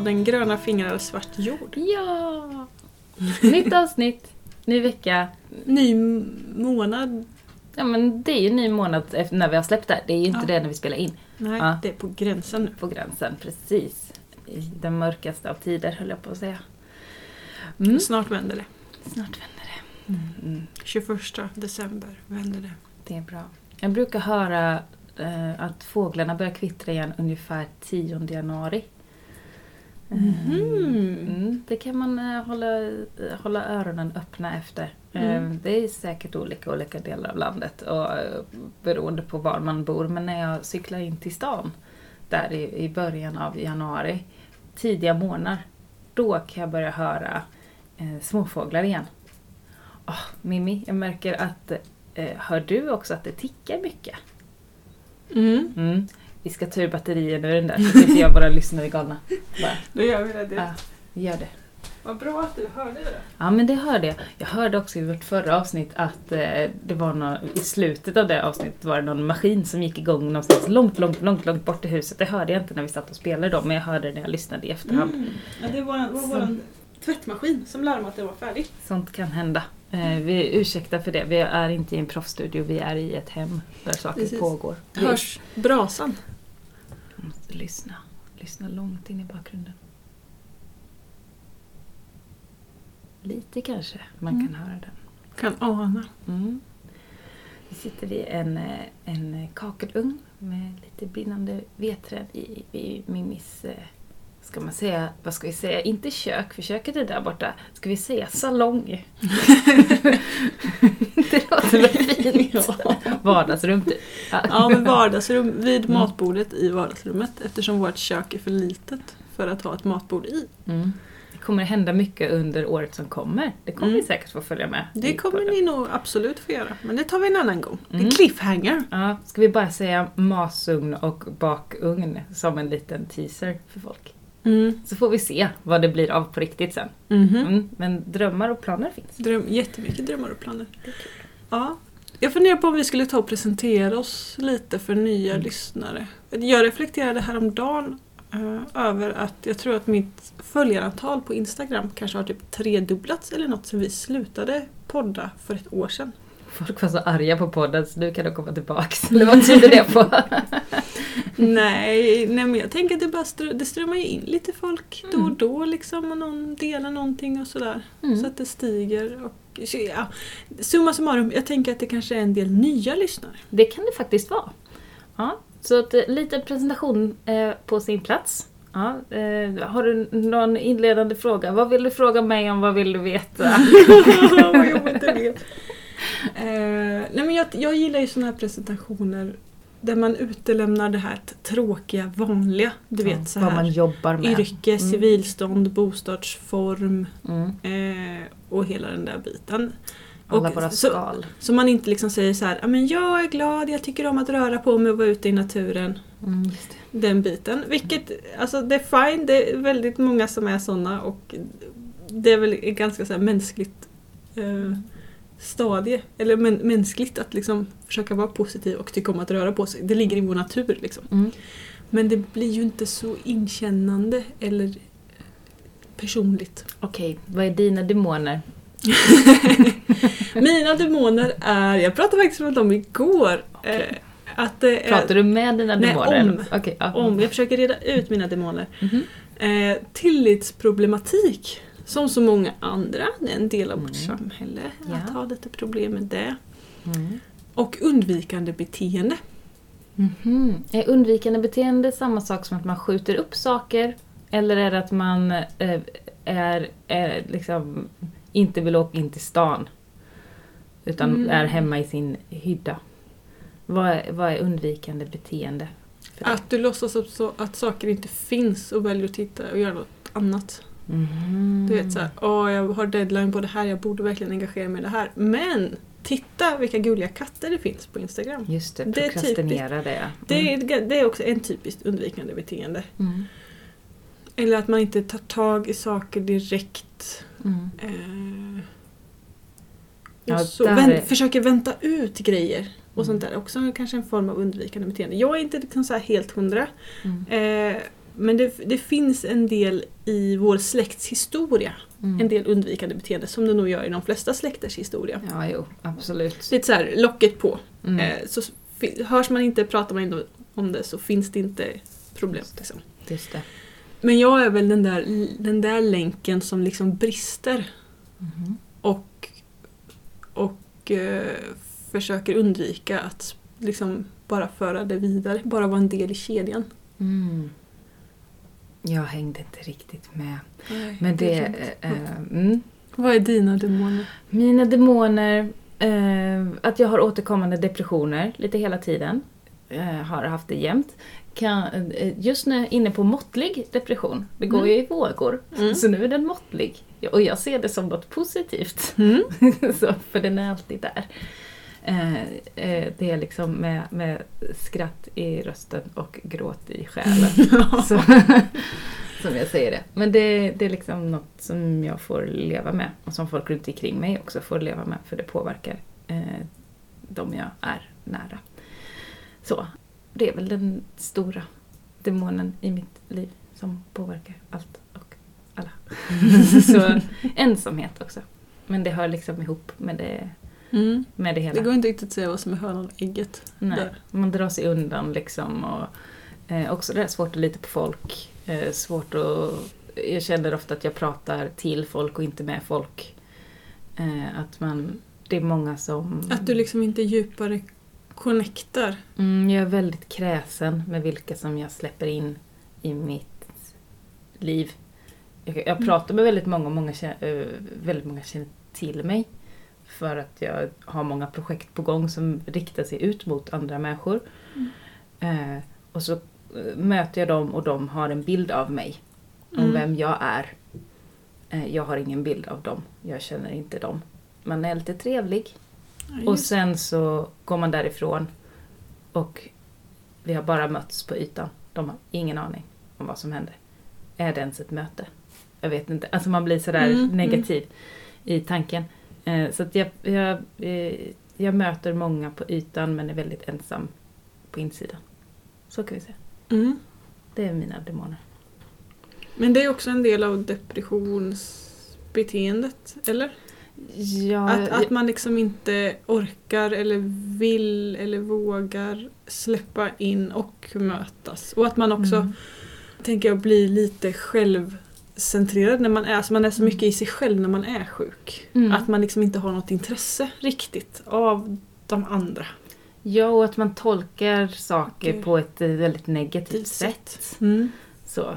podden Gröna fingrar och svart jord. Ja! Nytt avsnitt, ny vecka. Ny månad. Ja, men det är ju ny månad efter när vi har släppt det. Det är ju inte det när vi spelar in. Nej, det är på gränsen nu. På gränsen, precis. I den mörkaste av tider, höll jag på att säga. Snart vänder det. Snart vänder det. 21 december vänder det. Det är bra. Jag brukar höra att fåglarna börjar kvittra igen ungefär 10 januari. Det kan man hålla öronen öppna efter. Det är säkert olika delar av landet och beroende på var man bor. Men när jag cyklar in till stan där i början av januari, tidiga månader, då kan jag börja höra småfåglar igen. Mimmi, jag märker att hör du också att det tickar mycket? Vi ska ta ur batterien ur den där så inte jag bara lyssnar i galna. Då gör vi det. Ja, gör det. Vad bra att du hörde det. Ja, men det hörde jag. Jag hörde också i vårt förra avsnitt att det var i slutet av det avsnittet var det någon maskin som gick igång någonstans långt bort i huset. Det hörde jag inte när vi satt och spelade då, men jag hörde det när jag lyssnade i efterhand. Ja, det var vår tvättmaskin som larmade att det var färdigt. Sånt kan hända. Vi är ursäkta för det. Vi är inte i en proffsstudio. Vi är i ett hem där saker pågår. Hörs brasan? Jag måste lyssna långt in i bakgrunden. Lite kanske man kan höra den. Kan ana. Vi sitter i en kakelugn med lite brinnande vedträn i Mimmis, ska man säga, vad ska vi säga? Inte kök, för köket är där borta. Ska vi säga salong? Det låter väl fint. Vardagsrum typ. Ja, men vardagsrum vid matbordet i vardagsrummet. Eftersom vårt kök är för litet för att ha ett matbord i. Det kommer hända mycket under året som kommer. Det kommer vi säkert få följa med. Det kommer ni nog absolut få göra. Men det tar vi en annan gång. Det är cliffhanger. Ja, ska vi bara säga masugn och bakugn som en liten teaser för folk. Så får vi se vad det blir av på riktigt sen. Men drömmar och planer finns. Jättemycket drömmar och planer. Det är kul. Ja. Jag funderar på om vi skulle ta och presentera oss lite för nya lyssnare. Jag reflekterade häromdagen över att jag tror att mitt följarantal på Instagram kanske har typ 3-dubblats eller något sen vi slutade podda för ett år sedan. Folk var så arga på podden så nu kan de komma tillbaka. Eller vad tyder det på? Nej, men jag tänker att det bara det strömmar ju in lite folk då och då liksom, och någon delar någonting och sådär. Så att det stiger. Och, ja, summa summarum, jag tänker att det kanske är en del nya lyssnare. Det kan det faktiskt vara. Ja, så att lite presentation på sin plats. Ja, har du någon inledande fråga? Vad vill du fråga mig om? Vad vill du veta? Vad jag inte vet. Nej, men jag gillar ju såna här presentationer där man utelämnar det här tråkiga, vanliga. Du vet så här. Vad man jobbar med. Yrke, civilstånd, bostadsform och hela den där biten. Alla våra skal. Så man inte liksom säger så här, men jag är glad, jag tycker om att röra på mig och vara ute i naturen. Just det. Den biten. Vilket, alltså det är fine, det är väldigt många som är såna och det är väl ganska så här mänskligt stadie, eller mänskligt att liksom försöka vara positiv och tycka om att röra på sig. Det ligger i vår natur liksom. Men det blir ju inte så inkännande eller personligt. Okej, vad är dina demoner? Mina demoner är, jag pratade faktiskt med dem igår. Att det pratar du med dina demoner? Om jag försöker reda ut mina demoner. Tillitsproblematik. Som så många andra, det är en del av vårt samhälle att ha lite problem med det. Och undvikande beteende. Är undvikande beteende samma sak som att man skjuter upp saker? Eller är det att man är liksom inte vill åka in till stan utan är hemma i sin hydda? Vad är undvikande beteende? Att du låtsas att saker inte finns och väljer att titta och göra något annat. Du vet såhär, jag har deadline på det här, jag borde verkligen engagera mig i det här. Men titta vilka gulliga katter det finns på Instagram. Just det, prokrastinera det. Det är också en typiskt undvikande beteende. Eller att man inte tar tag i saker direkt. Försöker vänta ut grejer. Och sånt där. Också kanske en form av undvikande beteende. Jag är inte liksom så här helt 100. Men det finns en del i vår släkts historia. En del undvikande beteende som det nog gör i de flesta släkters historia. Ja, jo, absolut. Lite så här, locket på. Så hörs man inte, pratar man inte om det, så finns det inte problem. Liksom. Just det. Men jag är väl den där länken som liksom brister. Och försöker undvika att liksom bara föra det vidare. Bara vara en del i kedjan. Jag hängde inte riktigt med. Nej, Men det... Vad är dina demoner? Mina demoner... att jag har återkommande depressioner lite hela tiden. Har haft det jämt. Just nu inne på måttlig depression. Det går ju i vågor. Så nu är den måttlig. Och jag ser det som något positivt. Så, för den är alltid där. Det är liksom med skratt i rösten och gråt i själen. Så, som jag säger det. Men det är liksom något som jag får leva med. Och som folk runt omkring mig också får leva med. För det påverkar de jag är nära. Så det är väl den stora demonen i mitt liv som påverkar allt och alla. Så ensamhet också. Men det hör liksom ihop med det, med det hela. Det går inte riktigt att säga vad som är hönan och ägget. Nej, där. man drar sig undan liksom. Och också det är svårt att lita på folk. Svårt att... Jag känner ofta att jag pratar till folk och inte med folk. Det är många som... Att du liksom inte djupare connectar. Jag är väldigt kräsen med vilka som jag släpper in i mitt liv. Jag pratar med väldigt många känner till mig. För att jag har många projekt på gång som riktar sig ut mot andra människor. Och så möter jag dem och de har en bild av mig. Om vem jag är. Jag har ingen bild av dem. Jag känner inte dem. Man är lite trevlig. Och sen så går man därifrån och vi har bara mötts på ytan. De har ingen aning om vad som händer. Är det ens ett möte? Jag vet inte. Alltså man blir sådär negativ i tanken. Så att jag möter många på ytan men är väldigt ensam på insidan. Så kan vi säga. Det är mina demoner. Men det är också en del av depressionsbeteendet, eller? Ja, att man liksom inte orkar eller vill eller vågar släppa in och mötas. Och att man också, tänker jag, blir lite självcentrerad när man är. Alltså man är så mycket i sig själv när man är sjuk. Att man liksom inte har något intresse riktigt av de andra. Ja, och att man tolkar saker på ett väldigt negativt sätt. Så...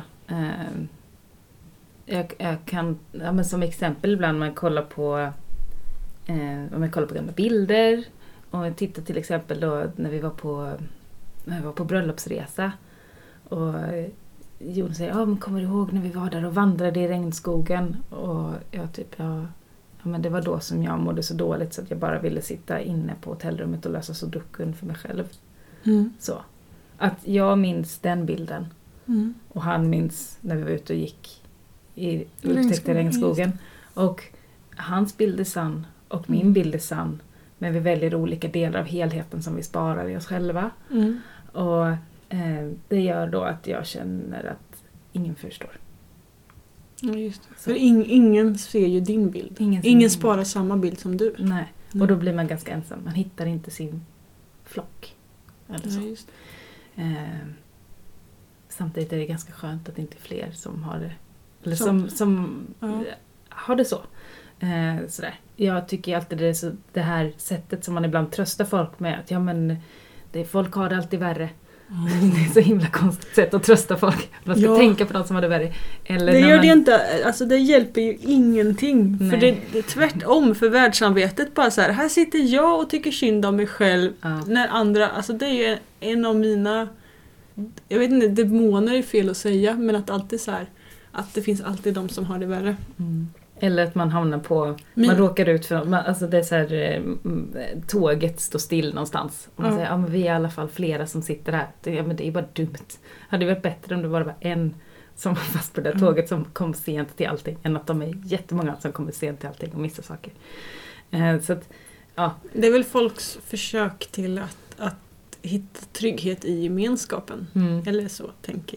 Jag kan, men som exempel ibland man kollar på om jag kollar på gamla bilder och jag tittar till exempel då när vi var på bröllopsresa och Jon säger, men kommer du ihåg när vi var där och vandrade i regnskogen? Och jag typ, men det var då som jag mådde så dåligt så att jag bara ville sitta inne på hotellrummet och lösa sudoku för mig själv. Så att jag minns den bilden och han minns när vi var ute och gick i upptäckte regnskogen. Och hans bild är sann och min bild är sann. Men vi väljer olika delar av helheten som vi sparar i oss själva. Och det gör då att jag känner att ingen förstår. Ja, just det. För ingen ser ju din bild. Ingen sparar samma bild som du. Nej, och då blir man ganska ensam. Man hittar inte sin flock. Eller så. Ja, just det. Samtidigt är det ganska skönt att det inte är fler som har det. Eller som har det så. Sådär. Jag tycker alltid det här sättet som man ibland tröstar folk med. Att folk har det alltid värre. Det är så himla konstigt sätt att trösta folk. Man ska tänka på något som har det värre. Eller det gör det inte. Alltså det hjälper ju ingenting. Nej. För det är tvärtom för världssamvetet. Bara så här sitter jag och tycker synd om mig själv. När andra, alltså det är ju en av mina, jag vet inte, demoner är fel att säga. Men att alltid så här, att det finns alltid de som har det värre. Eller att man hamnar på... Man råkar ut för... Alltså det är så här... Tåget står still någonstans. Och man säger, men vi är i alla fall flera som sitter här. Men det är bara dumt. Hade det varit bättre om det bara var en som var fast på det tåget som kom sent till allting. Än att de är jättemånga som kommer sent till allting och missar saker. Så att, det är väl folks försök till att hitta trygghet i gemenskapen. Eller så, tänker jag.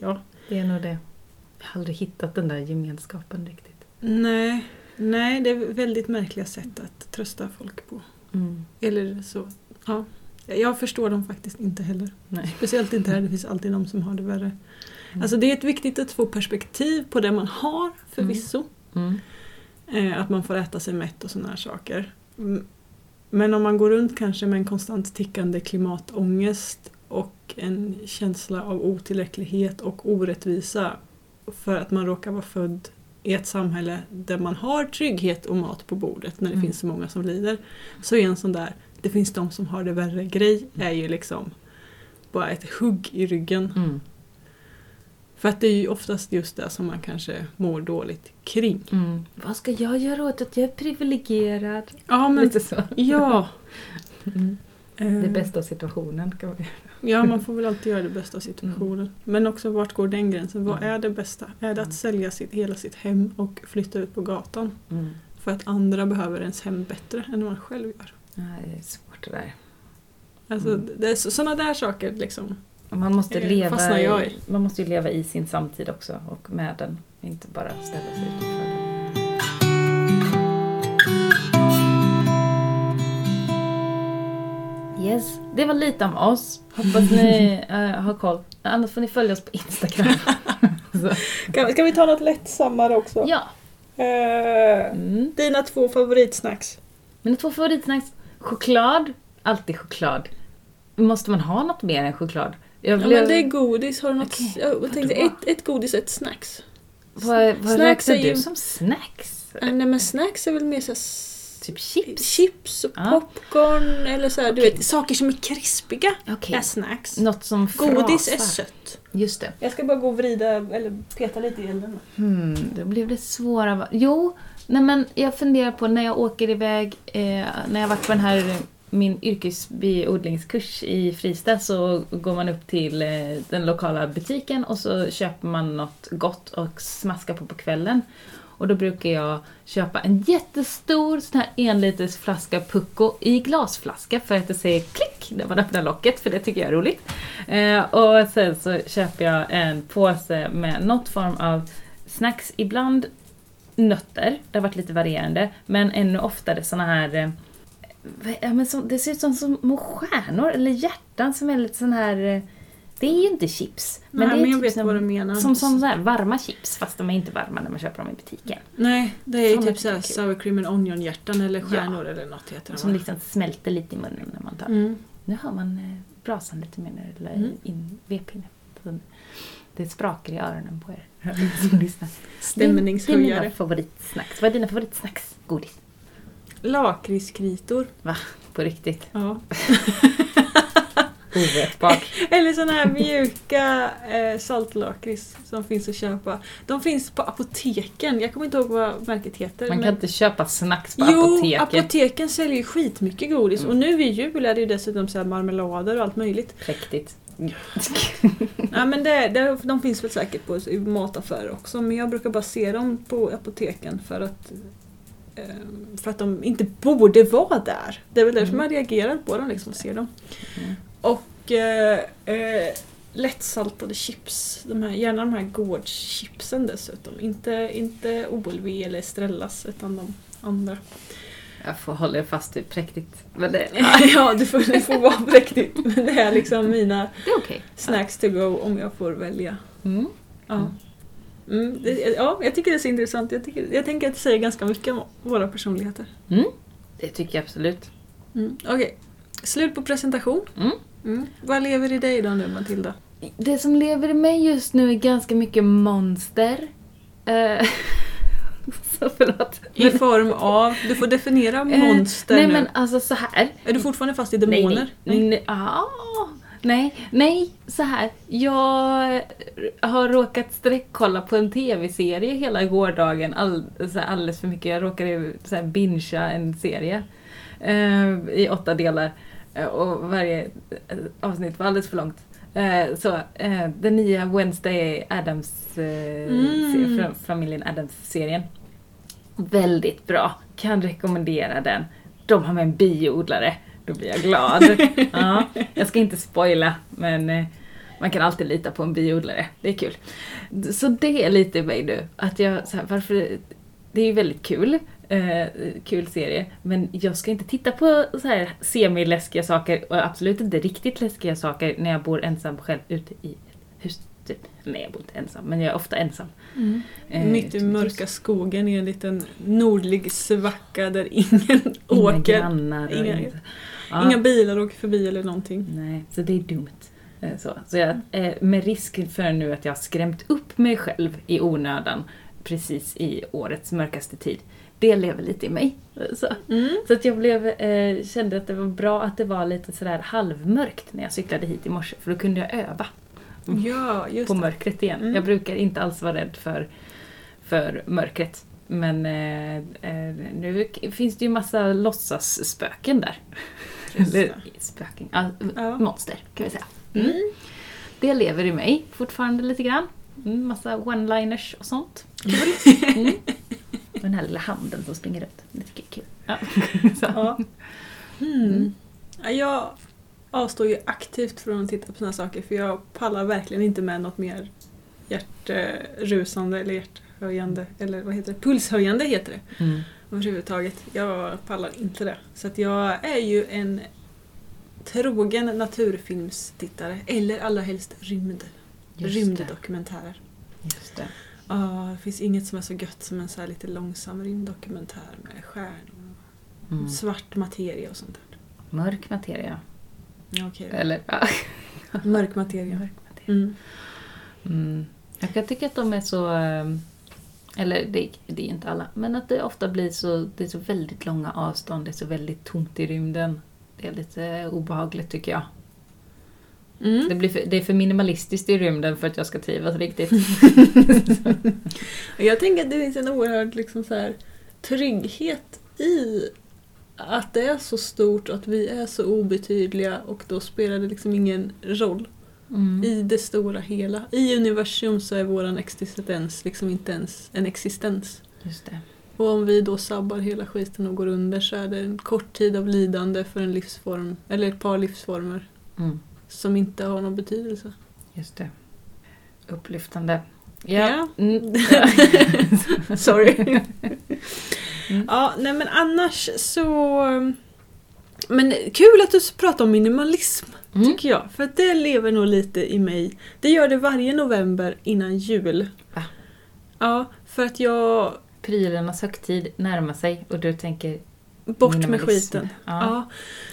Det är nog det. Jag har aldrig hittat den där gemenskapen riktigt. Nej, det är väldigt märkliga sätt att trösta folk på. Eller så, ja. Jag förstår dem faktiskt inte heller. Nej. Speciellt inte här, det finns alltid någon som har det värre. Alltså det är viktigt att få perspektiv på det man har förvisso. Att man får äta sig mätt och sådana här saker. Men om man går runt kanske med en konstant tickande klimatångest och en känsla av otillräcklighet och orättvisa för att man råkar vara född i ett samhälle där man har trygghet och mat på bordet när det finns så många som lider, så är en sån där, det finns de som har det värre grej, är ju liksom bara ett hugg i ryggen. För att det är ju oftast just det som man kanske mår dåligt kring. Vad ska jag göra åt att jag är privilegierad? Ja, men lite så. Ja. Det bästa av situationen kan man göra. Ja, man får väl alltid göra det bästa av situationen. Men också, vart går den gränsen? Vad är det bästa? Är det att sälja hela sitt hem och flytta ut på gatan? För att andra behöver ens hem bättre än man själv gör. Ja, det är svårt det där. Alltså, det är sådana där saker liksom. Man måste fastnar jag i. Man måste ju leva i sin samtid också och med den. Inte bara ställa sig utanför den. Yes, det var lite om oss. Hoppas ni har koll. Annars får ni följa oss på Instagram. Ska vi ta något lättsammare också? Ja. Dina 2 favoritsnacks. Mina 2 favoritsnacks. Choklad. Alltid choklad. Måste man ha något mer än choklad? Ja, men det är godis. Har du något? Okay. Jag tänkte ett godis och ett snacks. Vad snacks räknar du som snacks? Nej, men snacks är väl mer så typ chips och popcorn eller så här, du vet, saker som är krispiga är snacks. Något som godis är sött. Just det. Jag ska bara gå och vrida eller peta lite i elden. Då blev det svåra. Men jag funderar på när jag åker iväg när jag varit på den här min yrkesbiodlingskurs i Fristad, så går man upp till den lokala butiken och så köper man något gott och smaskar på kvällen. Och då brukar jag köpa en jättestor sån här 1 liters flaska Pucko i glasflaska för att det säger klick när man öppnar locket, för det tycker jag är roligt. Och sen så köper jag en påse med något form av snacks, ibland nötter, det har varit lite varierande, men ännu oftare såna här det ser ut som små stjärnor eller hjärtan som är lite sån här. Det är ju inte chips. Men Nej, det är men jag typ vet vad du menar. Som så här varma chips, fast de är inte varma när man köper dem i butiken. Nej, det är typ så här sour cream and onion hjärtan eller stjärnor eller något heter det. Som liksom smälter lite i munnen när man tar. Nu har man brasan lite mer när det in vedpinnen. Det sprakar i öronen på er som lyssnar. Stämningshöjare. Det är mina favoritsnacks. Vad är dina favoritsnacks? Godis. Lakritskritor. Va? På riktigt? Ja. Ovetbart. Eller såna här mjuka saltlakrits som finns att köpa. De finns på apoteken. Jag kommer inte ihåg vad märket heter. Man kan inte köpa snacks på apoteken. Jo, apoteken säljer skitmycket godis. Och nu vid jul är det ju dessutom så här marmelader och allt möjligt. Präktigt. Ja, men de finns väl säkert i mataffärer också. Men jag brukar bara se dem på apoteken för att de inte borde vara där. Det är väl därför man reagerar på dem liksom, och ser dem. Och lättsaltade chips. Gärna de här gårdschipsen dessutom. Inte OLV eller Estrellas, utan de andra. Jag får hålla fast vid präktigt. Men det... Ja, det får vara präktigt. Men det är liksom mina okay. Snacks to go om jag får välja. Ja. Jag tycker det är så intressant. Jag tänker att det säger ganska mycket om våra personligheter. Det tycker jag absolut. Okej. Slut på presentation. Vad lever i dig då nu, Matilda? Det som lever i mig just nu är ganska mycket monster. Så förlåt. I form av, du får definiera monster nej, nu. Men alltså så här. Är du fortfarande fast i demoner? Nej, så här. Jag har råkat sträckkolla på en tv-serie hela gårdagen alldeles för mycket. Jag råkade bingea en serie i 8 delar och varje avsnitt var alldeles för långt. Den nya Wednesday Addams familjen Addams-serien. Väldigt bra. Kan rekommendera den. De har med en bioodlare. Då blir jag glad. Ja, jag ska inte spoila, men Man kan alltid lita på en biodlare. Det är kul. Så det är lite mig nu. Att jag, så här, varför... Det är ju väldigt kul. Kul serie. Men jag ska inte titta på så här semi-läskiga saker. Och absolut inte riktigt läskiga saker när jag bor ensam själv ute i ett hus. Typ. Nej, jag bor inte ensam. Men jag är ofta ensam. Mitt i mörka skogen i en liten nordlig svacka där ingen åker. Grannar Inga bilar åker förbi eller någonting. Nej, så det är dumt. Så jag, med risk för nu att jag har skrämt upp mig själv i onödan precis i årets mörkaste tid. Det lever lite i mig. Så att jag kände att det var bra att det var lite sådär halvmörkt när jag cyklade hit i morse. För då kunde jag öva Just på det. mörkret igen. Jag brukar inte alls vara rädd för mörkret. Men nu finns det ju massa låtsasspöken där. Eller spöken. Monster kan vi säga. Det lever i mig fortfarande lite grann. Massa one-liners och sånt. Och den här lilla handen som springer runt. Det tycker jag är kul. Jag avstår ju aktivt från att titta på såna saker. För jag pallar verkligen inte med något mer hjärtrusande eller hjärthöjande. Eller vad heter det? Pulshöjande heter det. Överhuvudtaget. Jag pallar inte det. Så att jag är ju en trogen naturfilmstittare. Eller allra helst rymddokumentärer. Just det. Det finns inget som är så gött som en så här lite långsam rymddokumentär med stjärnor. Svart materia och sånt där. Mörk materia. Okay. Eller mörk materia. Jag kan tycka att de är så... Eller det är inte alla. Men att det ofta blir så... Det är så väldigt långa avstånd. Det är så väldigt tomt i rymden. Det är lite obehagligt tycker jag. Det är för minimalistiskt i rymden för att jag ska trivas riktigt. Jag tänker att det finns en oerhörd liksom så här, trygghet i att det är så stort och att vi är så obetydliga och då spelar det liksom ingen roll i det stora hela. I universum så är våran existens liksom inte ens en existens. Just det. Och om vi då sabbar hela skiten och går under så är det en kort tid av lidande för en livsform eller ett par livsformer. Som inte har någon betydelse. Just det. Upplyftande. Ja. Sorry. Ja, nej men annars så... Men kul att du pratar om minimalism, tycker jag. För att det lever nog lite i mig. Det gör det varje november innan jul. Va? Ja, för att jag... Prylarnas högtid närmar sig och du tänker... Bort med skiten. Ja.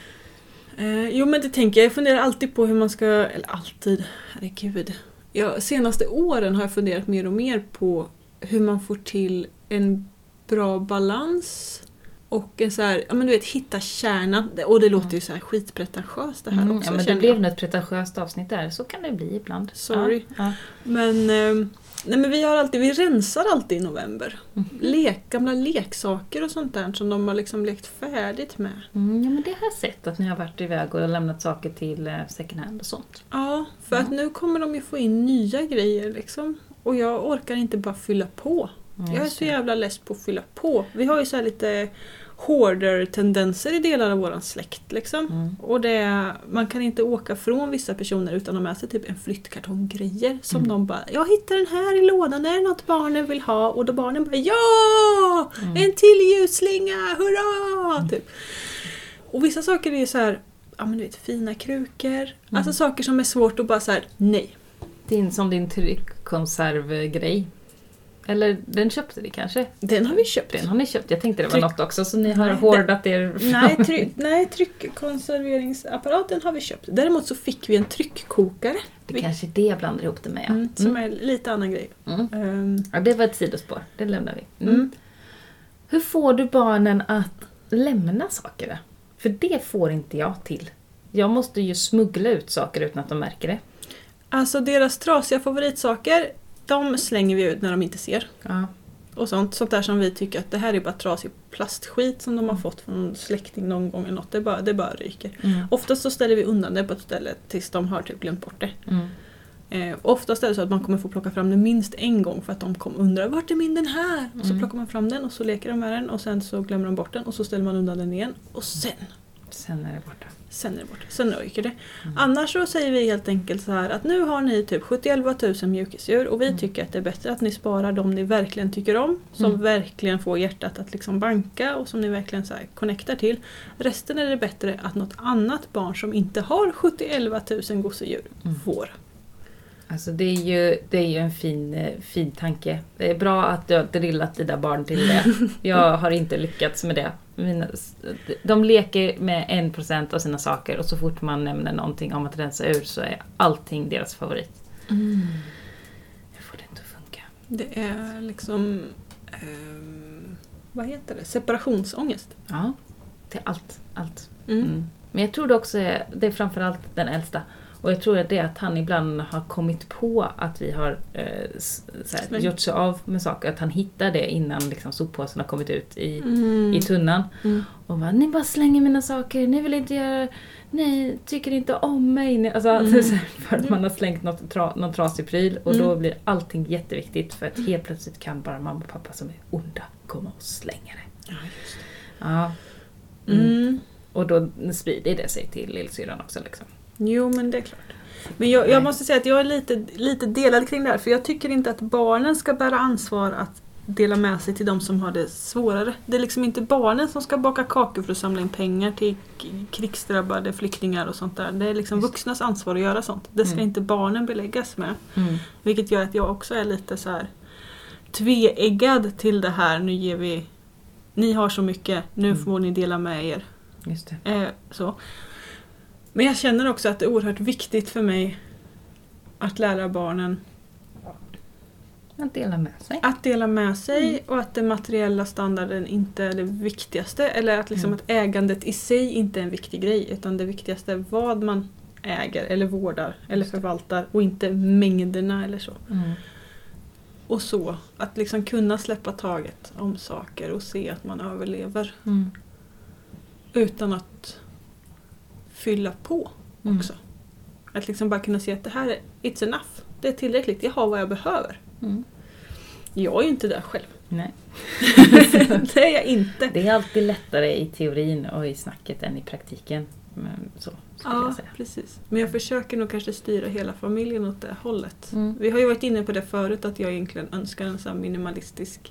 Jo men det tänker jag funderar alltid på hur man ska, eller alltid, herregud. Senaste åren har jag funderat mer och mer på hur man får till en bra balans och en så här, ja men du vet, hitta kärnan, och det låter ju så här skitpretentiöst det här också. Ja men det blev ett pretentiöst avsnitt där, så kan det bli ibland. Sorry. Men nej men vi rensar alltid i november. Gamla leksaker och sånt där som de har liksom lekt färdigt med. Ja men det har jag sett att ni har varit iväg och lämnat saker till second hand och sånt. Ja, för att nu kommer de ju få in nya grejer liksom. Och jag orkar inte bara fylla på. Jag är så jävla less på att fylla på. Vi har ju så här lite hoarder-tendenser i delar av våran släkt liksom. Och man kan inte åka från vissa personer utan att ha med sig typ en flyttkartong grejer som de bara, jag hittar den här i lådan, är det något barnen vill ha? Och då barnen bara, ja! En till ljusslinga, hurra! Typ. Och vissa saker är så här, ja men du vet, fina krukor. Alltså saker som är svårt att bara så här, nej. Som din tryckkonservgrej. Eller den köpte ni kanske? Den har vi köpt. Den har ni köpt. Jag tänkte det var något också så ni har hårdat er. Nej, tryckkonserveringsapparaten har vi köpt. Däremot så fick vi en tryckkokare. Det kanske är det jag blandar ihop det med. Som är lite annan grej. Ja, det var ett sidospår. Det lämnar vi. Hur får du barnen att lämna saker? För det får inte jag till. Jag måste ju smuggla ut saker utan att de märker det. Alltså deras trasiga favoritsaker, de slänger vi ut när de inte ser. Ja. Och sånt där som vi tycker att det här är bara trasig plastskit som de har fått från en släkting någon gång eller något. Det bara ryker. Oftast så ställer vi undan det på ett ställe tills de har typ glömt bort det. Oftast är det så att man kommer få plocka fram den minst en gång för att de kommer undra, vart är den här? Och så plockar man fram den och så leker de med den och sen så glömmer de bort den och så ställer man undan den igen och sen Sen är det borta. Sen ryker det. Annars så säger vi helt enkelt så här att nu har ni typ 71 000 mjukisdjur och vi tycker att det är bättre att ni sparar de ni verkligen tycker om, som verkligen får hjärtat att liksom banka och som ni verkligen så här connectar till. Resten är det bättre att något annat barn som inte har 71 000 gosedjur får. Alltså det är ju en fin tanke. Det är bra att du har drillat dina barn till det. Jag har inte lyckats med det. De leker med 1% av sina saker och så fort man nämner någonting om att rensa ur så är allting deras favorit. Jag får det inte att funka. Det är liksom vad heter det? Separationsångest. Ja, det är allt. Men jag tror det också det är framförallt den äldsta. Och jag tror att det är att han ibland har kommit på att vi har gjort sig av med saker. Att han hittar det innan liksom, soppåsen har kommit ut i tunnan. Och bara, ni bara slänger mina saker. Ni vill inte göra... Nej, tycker inte om mig. Alltså, för att man har slängt någon trasig pryl. Och då blir allting jätteviktigt. För att helt plötsligt kan bara mamma och pappa som är onda komma och slänga det. Ja, just det. Ja. Och då sprider det sig till lillsyrran också liksom. Jo, men det är klart. Men jag måste säga att jag är lite delad kring det här. För jag tycker inte att barnen ska bära ansvar att dela med sig till de som har det svårare. Det är liksom inte barnen som ska baka kakor för att samla in pengar till krigsdrabbade flyktingar och sånt där. Det är liksom vuxnas ansvar att göra sånt. Det ska inte barnen beläggas med. Vilket gör att jag också är lite så här tveeggad till det här. Nu ger vi... Ni har så mycket, nu får ni dela med er. Just det. Så. Men jag känner också att det är oerhört viktigt för mig att lära barnen att dela med sig. Att dela med sig och att den materiella standarden inte är det viktigaste. Eller att, liksom att ägandet i sig inte är en viktig grej. Utan det viktigaste är vad man äger eller vårdar eller förvaltar. Och inte mängderna eller så. Och så. Att liksom kunna släppa taget om saker och se att man överlever. Utan att fylla på också. Att liksom bara kunna se att det här är it's enough. Det är tillräckligt. Jag har vad jag behöver. Jag är ju inte där själv. Nej. Det är jag inte. Det är alltid lättare i teorin och i snacket än i praktiken. Men så skulle jag säga. Precis. Men jag försöker nog kanske styra hela familjen åt det hållet. Vi har ju varit inne på det förut att jag egentligen önskar en sån här minimalistisk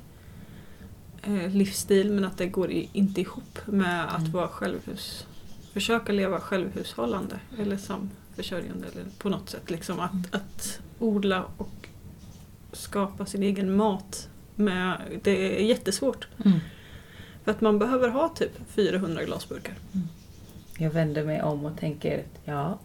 livsstil, men att det går inte ihop med att vara försöka leva självhushållande eller samförsörjande eller på något sätt liksom att odla och skapa sin egen mat det är jättesvårt. För att man behöver ha typ 400 glasburkar. Jag vänder mig om och tänker ja.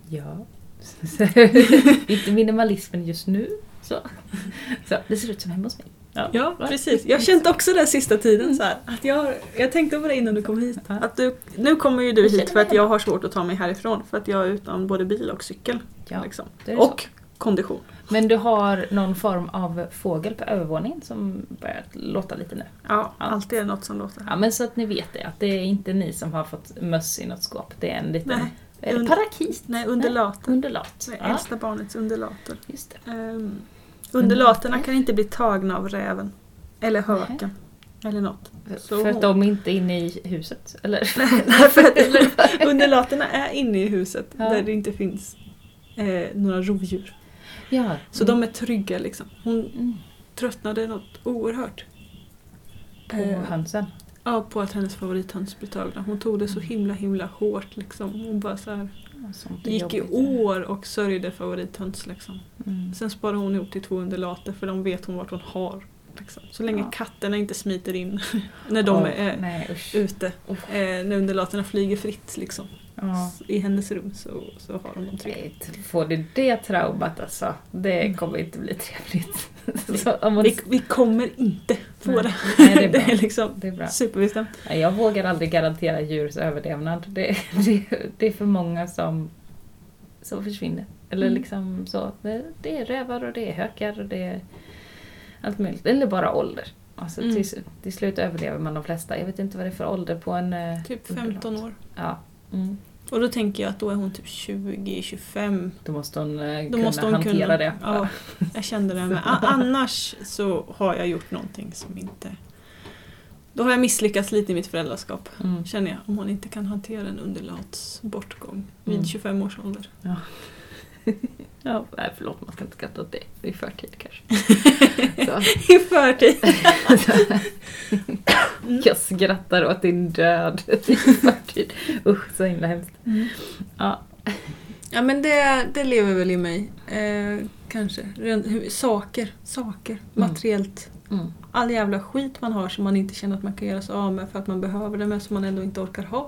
Inte minimalismen just nu. Så det ser ut som hemma hos mig. Ja, precis. Jag har känt också den sista tiden så här, att jag tänkte på det innan du kom hit. Att nu kommer ju du hit för att jag har svårt att ta mig härifrån. För att jag är utan både bil och cykel. Liksom. Och kondition. Men du har någon form av fågel på övervåningen som börjar låta lite nu. Ja, alltid är något som låter. Ja, men så att ni vet det. Att det är inte ni som har fått möss i något skåp. Det är en liten... Nej. Är det parakit? Nej, undulater. Underlat. Det äldsta barnets undulater. Just det. Undulaterna kan inte bli tagna av räven. Eller höken. Eller något. För att de inte är inne i huset? Eller? Nej, för att undulaterna är inne i huset. Där det inte finns några rovdjur. Ja. Så de är trygga liksom. Hon tröttnade något oerhört. På hönsen? Ja, på att hennes favorithöns blev tagna. Hon tog det så himla hårt liksom. Hon bara så här gick i år och sörjde favorithöns liksom. Sen sparade hon ihop till 2 undulater för de vet hon vart hon har. Liksom. Så länge katterna inte smiter in när de är ute. När undulaterna flyger fritt liksom. I hennes rum så har de tryggt. Får du det traumat alltså? Det kommer inte bli trevligt. Vi kommer inte få det. Nej, det är bra. Det är liksom det är bra. Superbestämt. Jag vågar aldrig garantera djurs överlevnad. Det är för många som försvinner. Eller liksom så. Det är rävar och det är hökar och det är allt möjligt. Eller bara ålder. Alltså till slut överlever man de flesta. Jag vet inte vad det är för ålder på en... Typ 15 år. Ja. Och då tänker jag att då är hon typ 20-25. Då måste hon kunna hantera det. Ja, jag kände det. Men annars så har jag gjort någonting som inte Då har jag misslyckats lite i mitt föräldraskap, Mm. känner jag. Om hon inte kan hantera en underlats bortgång vid 25 års ålder. Ja. Ja, nej, förlåt, man ska inte skratta åt det. Det är förtid kanske. I förtid. Jag skrattar åt din död i förtid. Usch, så himla hemskt. Ja. Ja, men det lever väl i mig. Kanske. Saker. Materiellt. All jävla skit man har som man inte känner att man kan göra sig av med för att man behöver det, men som man ändå inte orkar ha.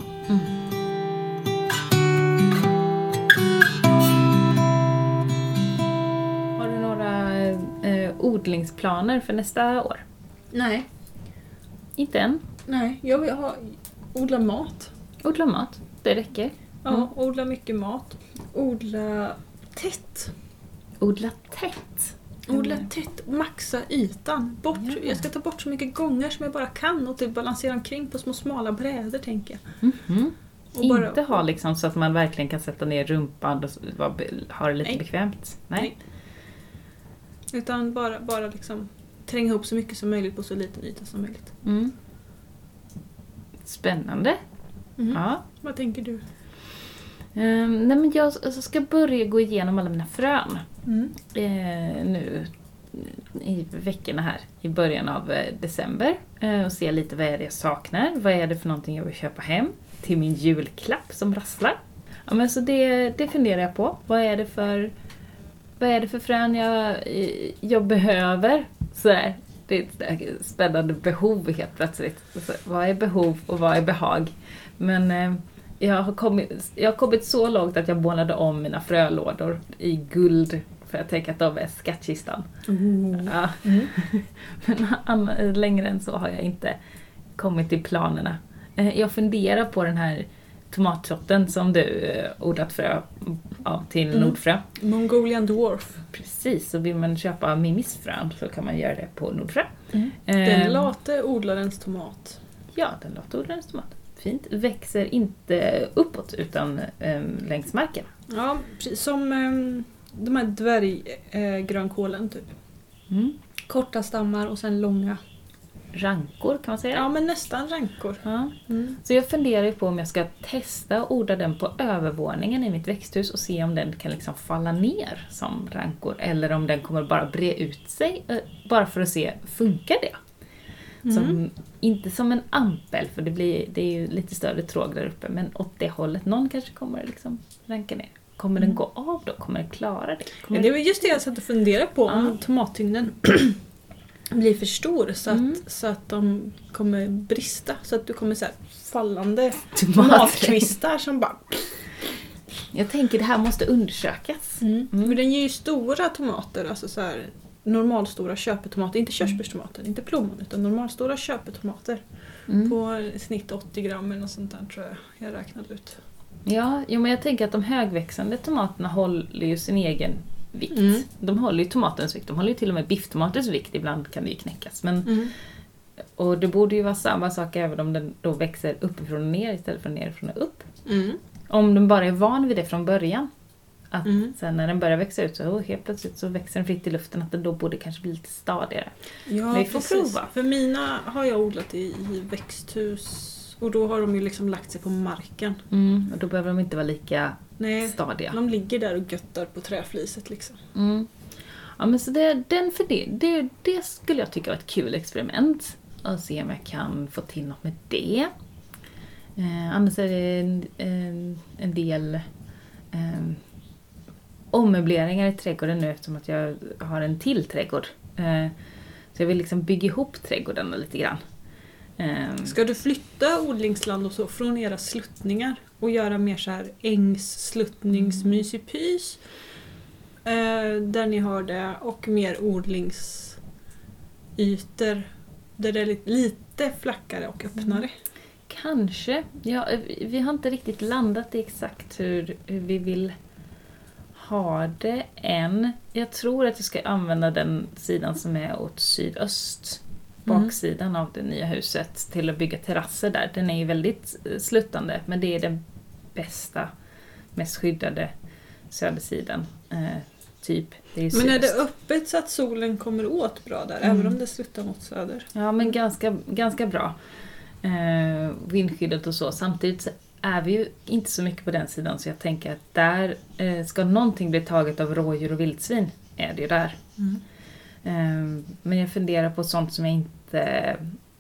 Har du några odlingsplaner för nästa år? Nej. Inte än. Nej, jag vill odla mat. Odla mat, det räcker. Ja, odla mycket mat. Odla tätt. Odla tätt. Odla tätt, maxa ytan. Bort. Ja. Jag ska ta bort så mycket gångar som jag bara kan och typ balansera omkring på små smala brädor, tänker jag. Och Inte ha liksom så att man verkligen kan sätta ner rumpan och ha det lite Nej. bekvämt. Nej. Utan bara liksom tränga ihop så mycket som möjligt på så liten yta som möjligt. Spännande. Ja. Vad tänker du? Nej, men jag ska börja gå igenom alla mina frön. Nu i veckorna här i början av december och se lite vad är det jag saknar, vad är det för någonting jag vill köpa hem till min julklapp som rasslar. Ja, men så det funderar jag på. Vad är det för frön jag behöver? Så där. Det är ett spännande behov helt plötsligt. Så, vad är behov och vad är behag? Men jag har kommit så långt att jag målade om mina frölådor i guld. För jag tänker att de är skattkistan. Ja. Men längre än så har jag inte kommit till planerna. Jag funderar på den här tomatsorten som du odlat frö av till Nordfrö. Mongolian Dwarf. Precis, så vill man köpa Mimisfrön så kan man göra det på Nordfrö. Den late odlarens tomat. Ja, den late odlarens tomat. Fint. Växer inte uppåt utan längs marken. Ja, precis som de här dvärggrönkålen typ. Korta stammar och sen långa. Rankor kan man säga. Ja, men nästan rankor. Ja. Så jag funderar på om jag ska testa att odla den på övervåningen i mitt växthus och se om den kan liksom falla ner som rankor. Eller om den kommer bara bre ut sig bara för att se, funkar det? Inte som en ampel, för det är ju lite större tråg där uppe, men åt det hållet. Någon kanske kommer liksom ranka ner. Kommer den gå av då? Kommer den klara det? Det var just det jag satt och funderade på, om tomattyngden blir för stor så att de kommer brista. Så att du kommer så här fallande tomatkvistar som bara... Jag tänker det här måste undersökas. Men den ger ju stora tomater, alltså så här normalstora köpetomater, inte körsbärstomater, inte plommon, utan normalstora köpetomater. På snitt 80 gram eller något sånt där tror jag räknade ut. Ja, men jag tänker att de högväxande tomaterna håller ju sin egen vikt. De håller ju tomatens vikt, de håller ju till och med bifftomaters vikt, ibland kan det ju knäckas. Men, och det borde ju vara samma sak även om den då växer uppifrån och ner istället för nerifrån och upp. Om den bara är van vid det från början. Att sen när den börjar växa ut så helt plötsligt så växer den fritt i luften, att den då borde kanske bli lite stadigare. Ja, men vi får prova. För mina har jag odlat i växthus och då har de ju liksom lagt sig på marken. Och då behöver de inte vara lika stadiga. De ligger där och göttar på träfliset liksom. Ja, men så det skulle jag tycka var ett kul experiment. Och se om jag kan få till något med det. Annars är det en del ommöbleringar i trädgården nu, eftersom att jag har en till trädgård. Så jag vill liksom bygga ihop trädgården lite grann. Ska du flytta odlingsland och så från era sluttningar och göra mer så här ängssluttningsmysig pys där ni har det, och mer odlingsytor där det är lite flackare och öppnare? Kanske. Ja, vi har inte riktigt landat i exakt hur vi vill ha det än. Jag tror att jag ska använda den sidan som är åt sydöst, baksidan av det nya huset, till att bygga terrasser där. Den är ju väldigt sluttande, men det är den bästa, mest skyddade södersidan. typ. Det är ju Men är sydöst. det öppet så att solen kommer åt bra där, även om det slutar mot söder? Ja, men ganska bra. Vindskyddet och så. Samtidigt så är vi ju inte så mycket på den sidan, så jag tänker att där ska någonting bli taget av rådjur och vildsvin, är det ju där. Men jag funderar på sånt som jag inte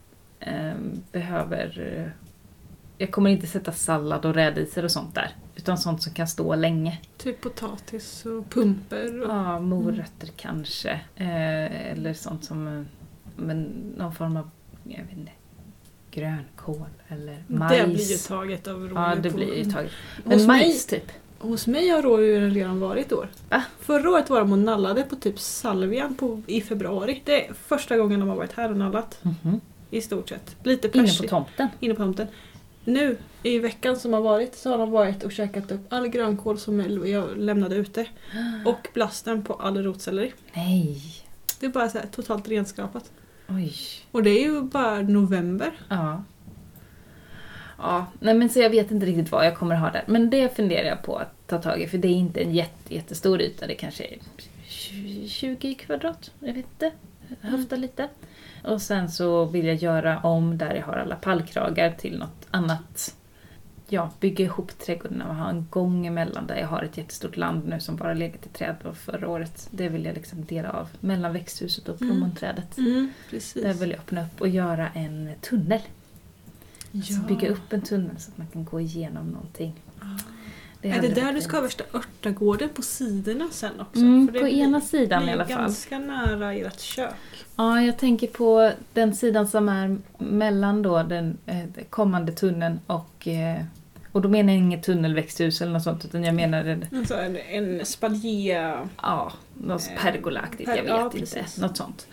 behöver. Jag kommer inte sätta sallad och rädisor och sånt där, utan sånt som kan stå länge. Typ potatis och pumper. Och... Ja, morötter kanske. Eller sånt som någon form av, jag vet inte, grönkål eller majs. Det blir ju taget av rådjur. Ja, det blir ju taget. Men majs typ. Hos mig har rådjuren redan varit i år. Va? Förra året var de och nallade på typ salvian i februari. Det är första gången de har varit här och nallat. I stort sett. Lite persigt. Inne på tomten. Nu, i veckan som har varit, så har de varit och käkat upp all grönkål som jag lämnade ute. Och blasten på all rotselleri. Nej. Det är bara så här totalt renskrapat. Oj. Och det är ju bara november. Ja. Ja, nej men så jag vet inte riktigt vad jag kommer ha där. Men det funderar jag på att ta tag i. För det är inte en jättestor yta. Det kanske är 20 kvadrat. Jag vet inte. Höfta lite. Och sen så vill jag göra om där jag har alla pallkragar till något annat. Ja, bygga ihop trädgården och ha en gång emellan där jag har ett jättestort land nu som bara legat i träd förra året. Det vill jag liksom dela av mellan växthuset och plommonträdet. Precis. Där vill jag öppna upp och göra en tunnel. Alltså bygga upp en tunnel så att man kan gå igenom någonting. Är det där du ska ha värsta örtagården på sidorna sen också? För det på ena sidan i alla fall. Ganska nära ert kök. Ja, jag tänker på den sidan som är mellan då den kommande tunneln och då menar jag inget tunnelväxthus eller något sånt, utan jag menar alltså en spalier. Ja, något pergolaaktigt, jag vet inte. Precis. Något sånt.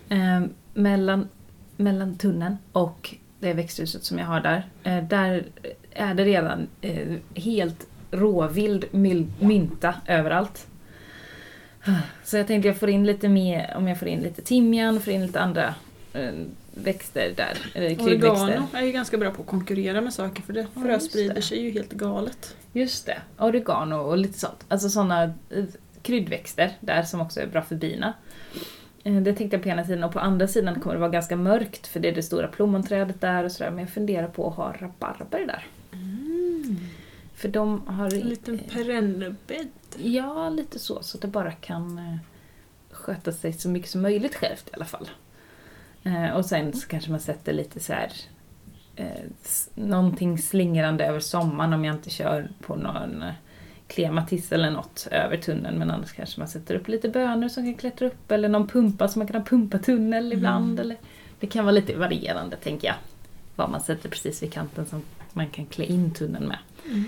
Mellan tunneln och det växthuset som jag har där. Där är det redan helt råvild mynta överallt. Så jag tänkte jag får in lite mer, om jag får in lite timjan och får in lite andra växter där, kryddväxter. Oregano är ju ganska bra på att konkurrera med saker, för det sprider sig ju helt galet. Just det, oregano och lite sånt. Alltså sådana kryddväxter där som också är bra för bina. Det tänkte jag på ena sidan, och på andra sidan kommer det vara ganska mörkt för det är det stora plommonträdet där och sådär. Men jag funderar på att ha rabarber där. För de har en liten perennbädd. Ja, lite så det bara kan sköta sig så mycket som möjligt självt i alla fall. Och sen så kanske man sätter lite så här någonting slingrande över sommaren om jag inte kör på någon klematis eller något över tunneln, men annars kanske man sätter upp lite bönor som kan klättra upp eller någon pumpa som man kan ha pumpatunnel ibland. Eller, det kan vara lite varierande, tänker jag, vad man sätter precis vid kanten som man kan klä in tunneln med.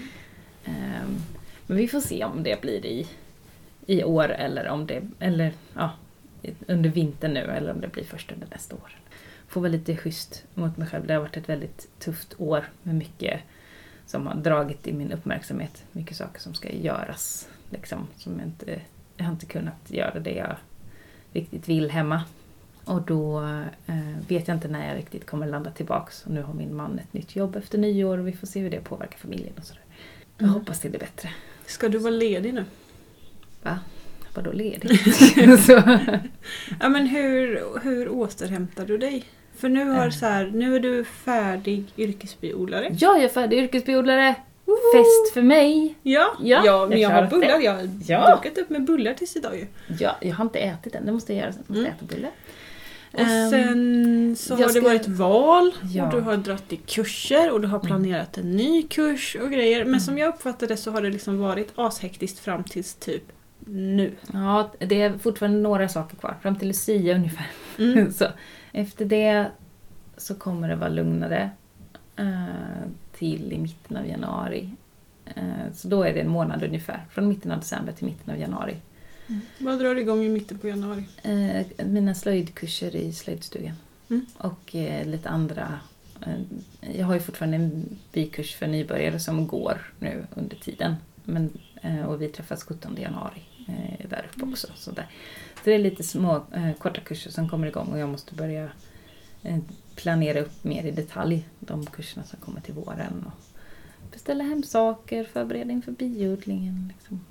Men vi får se om det blir i år eller om det under vintern nu, eller om det blir först under nästa år. Får vara lite schysst mot mig själv. Det har varit ett väldigt tufft år med mycket som har dragit i min uppmärksamhet. Mycket saker som ska göras. Liksom, som jag har inte kunnat göra det jag riktigt vill hemma. Och då vet jag inte när jag riktigt kommer landa tillbaks. Och nu har min man ett nytt jobb efter nyår och vi får se hur det påverkar familjen och sådär. Jag hoppas det blir bättre. Ska du vara ledig nu? Va? Vadå ledig? Så. Ja, men hur återhämtar du dig? För nu nu är du färdig yrkesbiodlare. Ja, jag är färdig yrkesbiodlare. Fest för mig. Ja, men jag har bullar. Jag har dukat upp med bullar tills idag ju. Ja, jag har inte ätit den. Det måste jag göra sen. Jag måste äta bullar. Och sen så har det varit val. Ja. Och du har dratt i kurser. Och du har planerat en ny kurs och grejer. Men som jag uppfattade så har det liksom varit ashektiskt fram tills typ nu. Ja, det är fortfarande några saker kvar. Fram till Lucia ungefär. Så, efter det så kommer det vara lugnare till i mitten av januari. Så då är det en månad ungefär. Från mitten av december till mitten av januari. Vad drar igång i mitten på januari? Mina slöjdkurser i slöjdstugan. Och lite andra. Jag har ju fortfarande en bikurs för nybörjare som går nu under tiden. Och vi träffas 17 januari där uppe också. Så det är lite små korta kurser som kommer igång och jag måste börja planera upp mer i detalj de kurserna som kommer till våren. Och beställa hem saker, förbereda inför biodlingen. Liksom.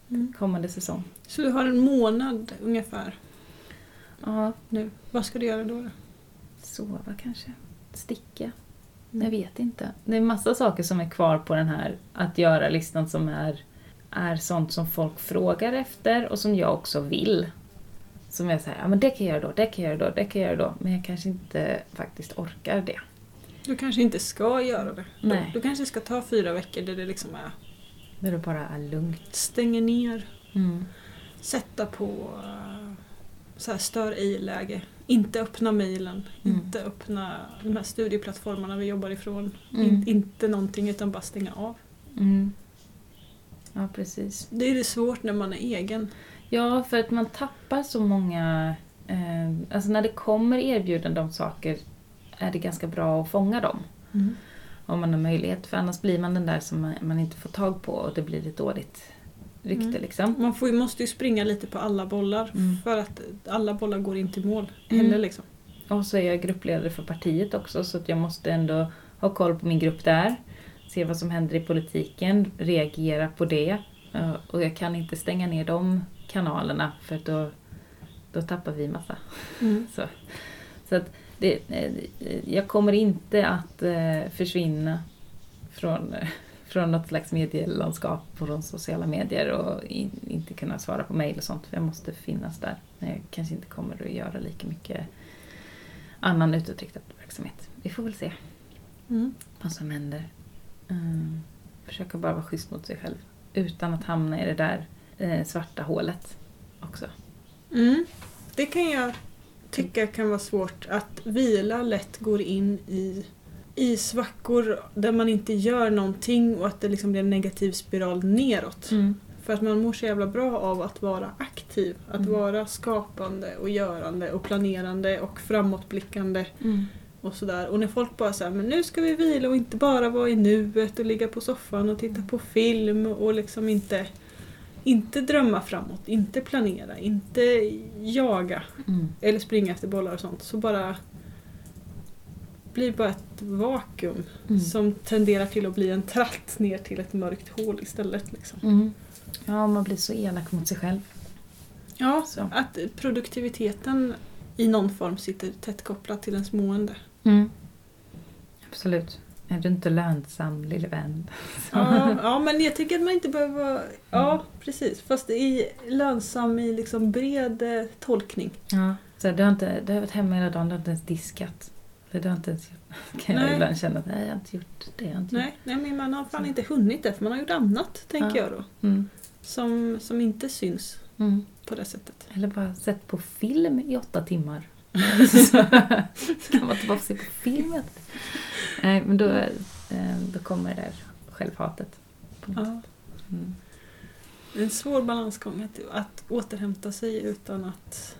kommande säsong. Så du har en månad ungefär Ja, nu. Vad ska du göra då? sova kanske. Sticka. Jag vet inte. Det är massa saker som är kvar på den här att göra-listan som är sånt som folk frågar efter och som jag också vill. Som jag säger, ja men det kan jag göra då, det kan jag göra då, det kan jag göra då. Men jag kanske inte faktiskt orkar det. Du kanske inte ska göra det. Nej. Du kanske ska ta 4 veckor där det liksom är... Där det bara är lugnt. Stänger ner. Mm. Sätta på så här stör ej-läge. Inte öppna mejlen. Inte öppna de här studieplattformarna vi jobbar ifrån. Inte någonting utan bara stänga av. Mm. Ja, precis. Det är det svårt när man är egen. Ja, för att man tappar så många... alltså när det kommer erbjudanden om saker är det ganska bra att fånga dem. Om man har möjlighet. För annars blir man den där som man inte får tag på och det blir ett dåligt rykte liksom. Man måste ju springa lite på alla bollar för att alla bollar går inte i mål heller liksom. Och så är jag gruppledare för partiet också så att jag måste ändå ha koll på min grupp där. Se vad som händer i politiken, reagera på det. Och jag kan inte stänga ner de kanalerna för att då tappar vi massa. Så att jag kommer inte att försvinna från något slags medielandskap på de sociala medier och inte kunna svara på mejl och sånt. För jag måste finnas där. Men jag kanske inte kommer att göra lika mycket annan utåtriktad verksamhet. Vi får väl se vad som händer. Försöka bara vara schysst mot sig själv. Utan att hamna i det där svarta hålet också. Det kan jag tycka kan vara svårt att vila lätt går in i svackor där man inte gör någonting och att det liksom blir en negativ spiral neråt. För att man mår så jävla bra av att vara aktiv. Att vara skapande och görande och planerande och framåtblickande. Och sådär. Och när folk bara säger men nu ska vi vila och inte bara vara i nuet och ligga på soffan och titta på film och liksom inte drömma framåt, inte planera, inte jaga eller springa efter bollar och sånt. Så bara blir bara ett vakuum som tenderar till att bli en tratt ner till ett mörkt hål istället. Liksom. Ja, man blir så elak mot sig själv. Ja, så. Att produktiviteten i någon form sitter tätt kopplad till ens mående. Absolut. Är du inte lönsam, lille vän? Ja, men jag tycker att man inte behöver vara... Ja, precis. Fast i lönsam i liksom bred tolkning. Ja, så du har varit hemma hela dagen, du har inte ens diskat. Du har inte ens gjort... Kan jag ibland känna att jag har inte gjort det. Nej, min man har fan inte hunnit det, för man har gjort annat, tänker jag då. Som inte syns på det sättet. Eller bara sett på film i 8 timmar. Så kan man inte bara se på film. Nej, men då kommer det där självhatet. Ja. En svår balansgång att återhämta sig utan att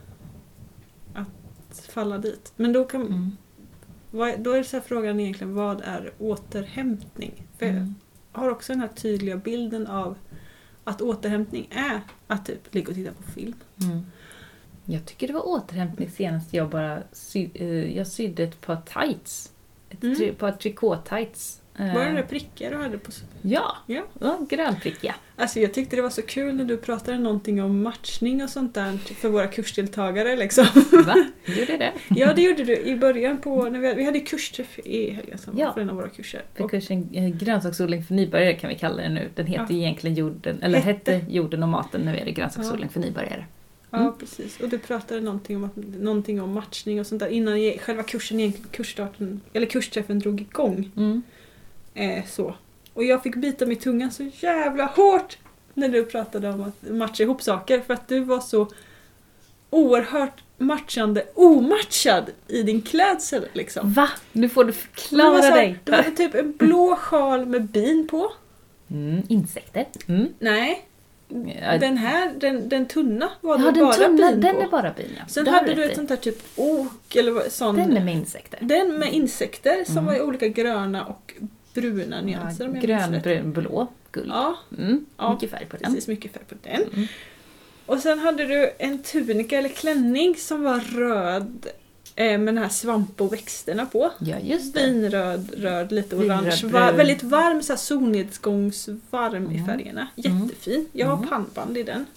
falla dit. Men då då är det så här frågan egentligen, vad är återhämtning? För jag har också den här tydliga bilden av att återhämtning är att typ ligga och titta på film. Jag tycker det var återhämtning senast jag sydde ett par tights. Ett par trikå-tights. Var det prickar du hade på? Ja, grönprickiga. Alltså jag tyckte det var så kul när du pratade någonting om matchning och sånt där för våra kursdeltagare liksom. Va? Gjorde det? Ja, det gjorde du i början på när vi hade kursträff i helgen för en av våra kurser. För kursen grönsaksodling för nybörjare kan vi kalla det nu. Den heter egentligen hette jorden och maten, nu är det grönsaksodling för nybörjare. Ja, precis. Och du pratade någonting om matchning och sånt där innan själva kursen, kursträffen drog igång. Så. Och jag fick bita mig tungan så jävla hårt när du pratade om att matcha ihop saker. För att du var så oerhört omatchad i din klädsel liksom. Va? Nu får du förklara dig. Du hade typ en blå sjal med bin på. Insekter. Nej. Den tunna var det bara bin på. Den är bara bin, ja. Sen hade du ett sånt här typ ok eller sån. Den med insekter. Den med insekter som var i olika gröna och bruna nyanser. Grön, brun, blå, guld. Ja. Mycket färg på den. Precis, mycket färg på den. Och sen hade du en tunika eller klänning som var röd med den här svamp och växterna på. Ja, just det. Vinröd, lite orange. Vinröd, Väldigt varm, så här solnedgångsvarm i färgerna. Jättefin. Jag har pannband i den.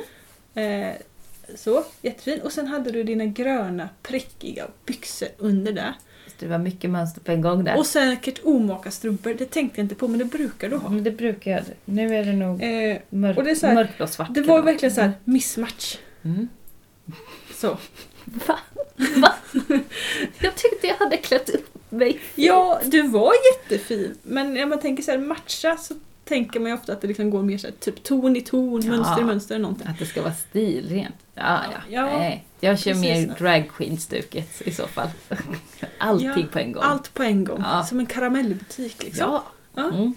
Så, jättefin. Och sen hade du dina gröna prickiga byxor under där. Det var mycket mönster på en gång där. Och säkert omaka strumpor. Det tänkte jag inte på, men det brukar du ha. Men det brukar jag. Nu är det nog och det är så här, mörkblå svart. Det var verkligen så här mismatch. Så. Va? Jag tyckte jag hade klätt upp mig. Ja, du var jättefin. Men när man tänker så här matcha, så tänker man ju ofta att det liksom går mer så här, typ ton i ton, mönster i mönster eller någonting. Att det ska vara stilrent. Ja. Nej, jag kör precis. mer drag queen-stuket i så fall. Allting på en gång. Allt på en gång. Ja. Som en karamellbutik liksom. Ja.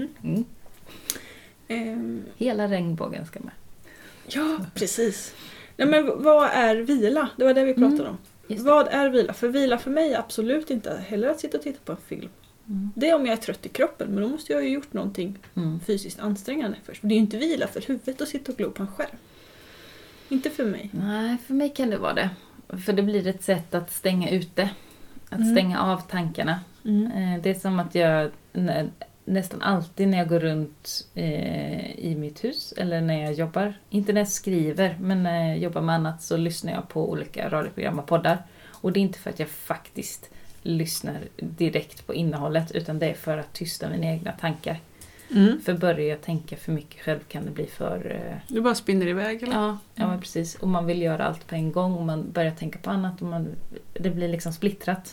Ja. Hela regnbågen ska med. Ja, precis. Nej, men vad är vila? Det var det vi pratade om. Vad är vila? För vila för mig är absolut inte heller att sitta och titta på en film. Det är om jag är trött i kroppen, men då måste jag ju gjort någonting fysiskt ansträngande först. Det är ju inte vila för huvudet att sitta och glo på en skärm. Inte för mig. Nej, för mig kan det vara det. För det blir ett sätt att stänga ute. Att stänga av tankarna. Det är som att jag nästan alltid när jag går runt i mitt hus eller när jag jobbar, inte när jag skriver, men när jag jobbar med annat, så lyssnar jag på olika radioprogram och poddar. Och det är inte för att jag faktiskt lyssnar direkt på innehållet, utan det är för att tysta mina egna tankar. För börjar jag tänka för mycket själv kan det bli för... Du bara spinner iväg, eller? Ja, men precis. Och man vill göra allt på en gång och man börjar tänka på annat och det blir liksom splittrat.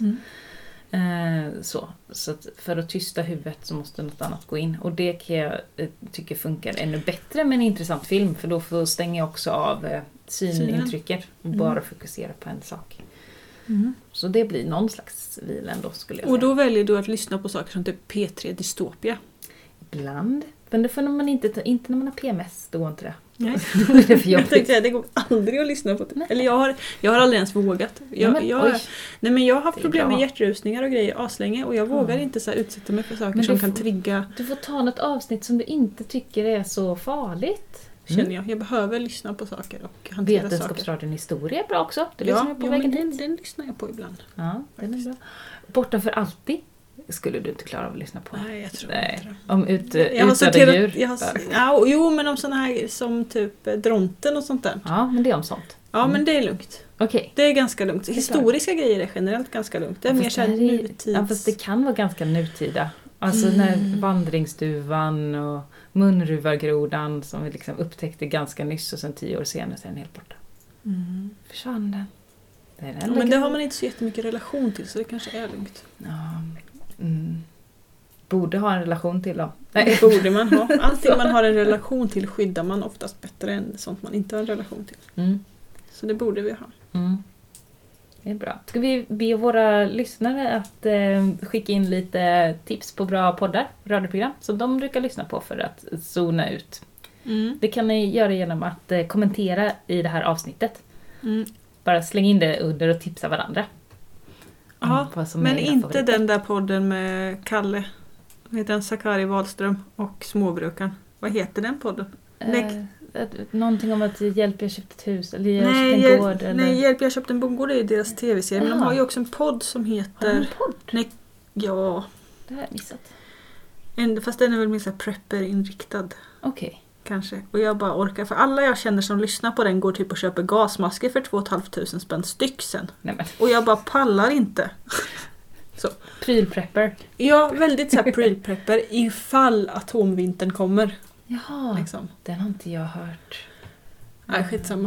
Så att för att tysta huvudet så måste något annat gå in. Och det kan jag tycka funkar ännu bättre med en intressant film. För då stänger jag också av synintrycket och bara fokusera på en sak. Så det blir någon slags vila ändå, skulle jag säga. Och då väljer du att lyssna på saker som typ P3 Dystopia? Ibland. Men det får man inte när man har PMS, då går inte det. Nej. Då är det för Jag jobbigt. tänkte säga, det går aldrig att lyssna på. Eller jag har aldrig ens vågat. Jag har haft problem med hjärtrusningar och grejer aslänge, och jag vågar inte så här utsätta mig för saker som kan trigga. Du får ta något avsnitt som du inte tycker är så farligt. Känner jag. Jag behöver lyssna på saker och hantera saker. Vetenskapsradion historia är bra också. Det lyssnar jag på vägen hit. Den lyssnar jag på ibland. Ja, den är bra. Borta för alltid skulle du inte klara av att lyssna på. Nej, jag tror inte det. Om utdöda djur. Jo, men om sådana här som typ Dronten och sånt där. Ja, men det är om sånt. Ja, men det är lugnt. Okej. Det är ganska lugnt. Historiska grejer är generellt ganska lugnt. Det är mer såhär nutids... Ja, fast det kan vara ganska nutida. Alltså när vandringsduvan och munruvargrodan som vi liksom upptäckte ganska nyss och sen 10 år senare så är den helt borta. Försvann den. Men det har man inte så jättemycket relation till, så det kanske är lugnt. Ja. Borde ha en relation till dem. Det borde man ha. Allting man har en relation till skyddar man oftast bättre än sånt man inte har en relation till. Så det borde vi ha. Det är bra. Ska vi be våra lyssnare att skicka in lite tips på bra poddar, radioprogram, som de brukar lyssna på för att zona ut. Det kan ni göra genom att kommentera i det här avsnittet. Bara släng in det under och tipsa varandra. Ja, men inte den där podden med Kalle. Vad heter han? Sakari Wahlström och småbrukaren. Vad heter den podden? Någonting om att hjälp, jag köpt ett hus eller jag köpt en gård. Eller... Nej, hjälp, jag köpt en bondgård är deras tv-serie. Men de har ju också en podd som heter... Har de en podd? Nej, ja. Det har jag missat. Fast den är väl mer så här prepper-inriktad. Okej. Kanske. Och jag bara orkar. För alla jag känner som lyssnar på den går typ och köper gasmasker för 2 500 spänn styck sen. Nämen. Och jag bara pallar inte. Så. Prylprepper. Ja, väldigt så här prylprepper ifall atomvintern kommer. Jaha, liksom. Den har inte jag hört. Nej, skitsamma.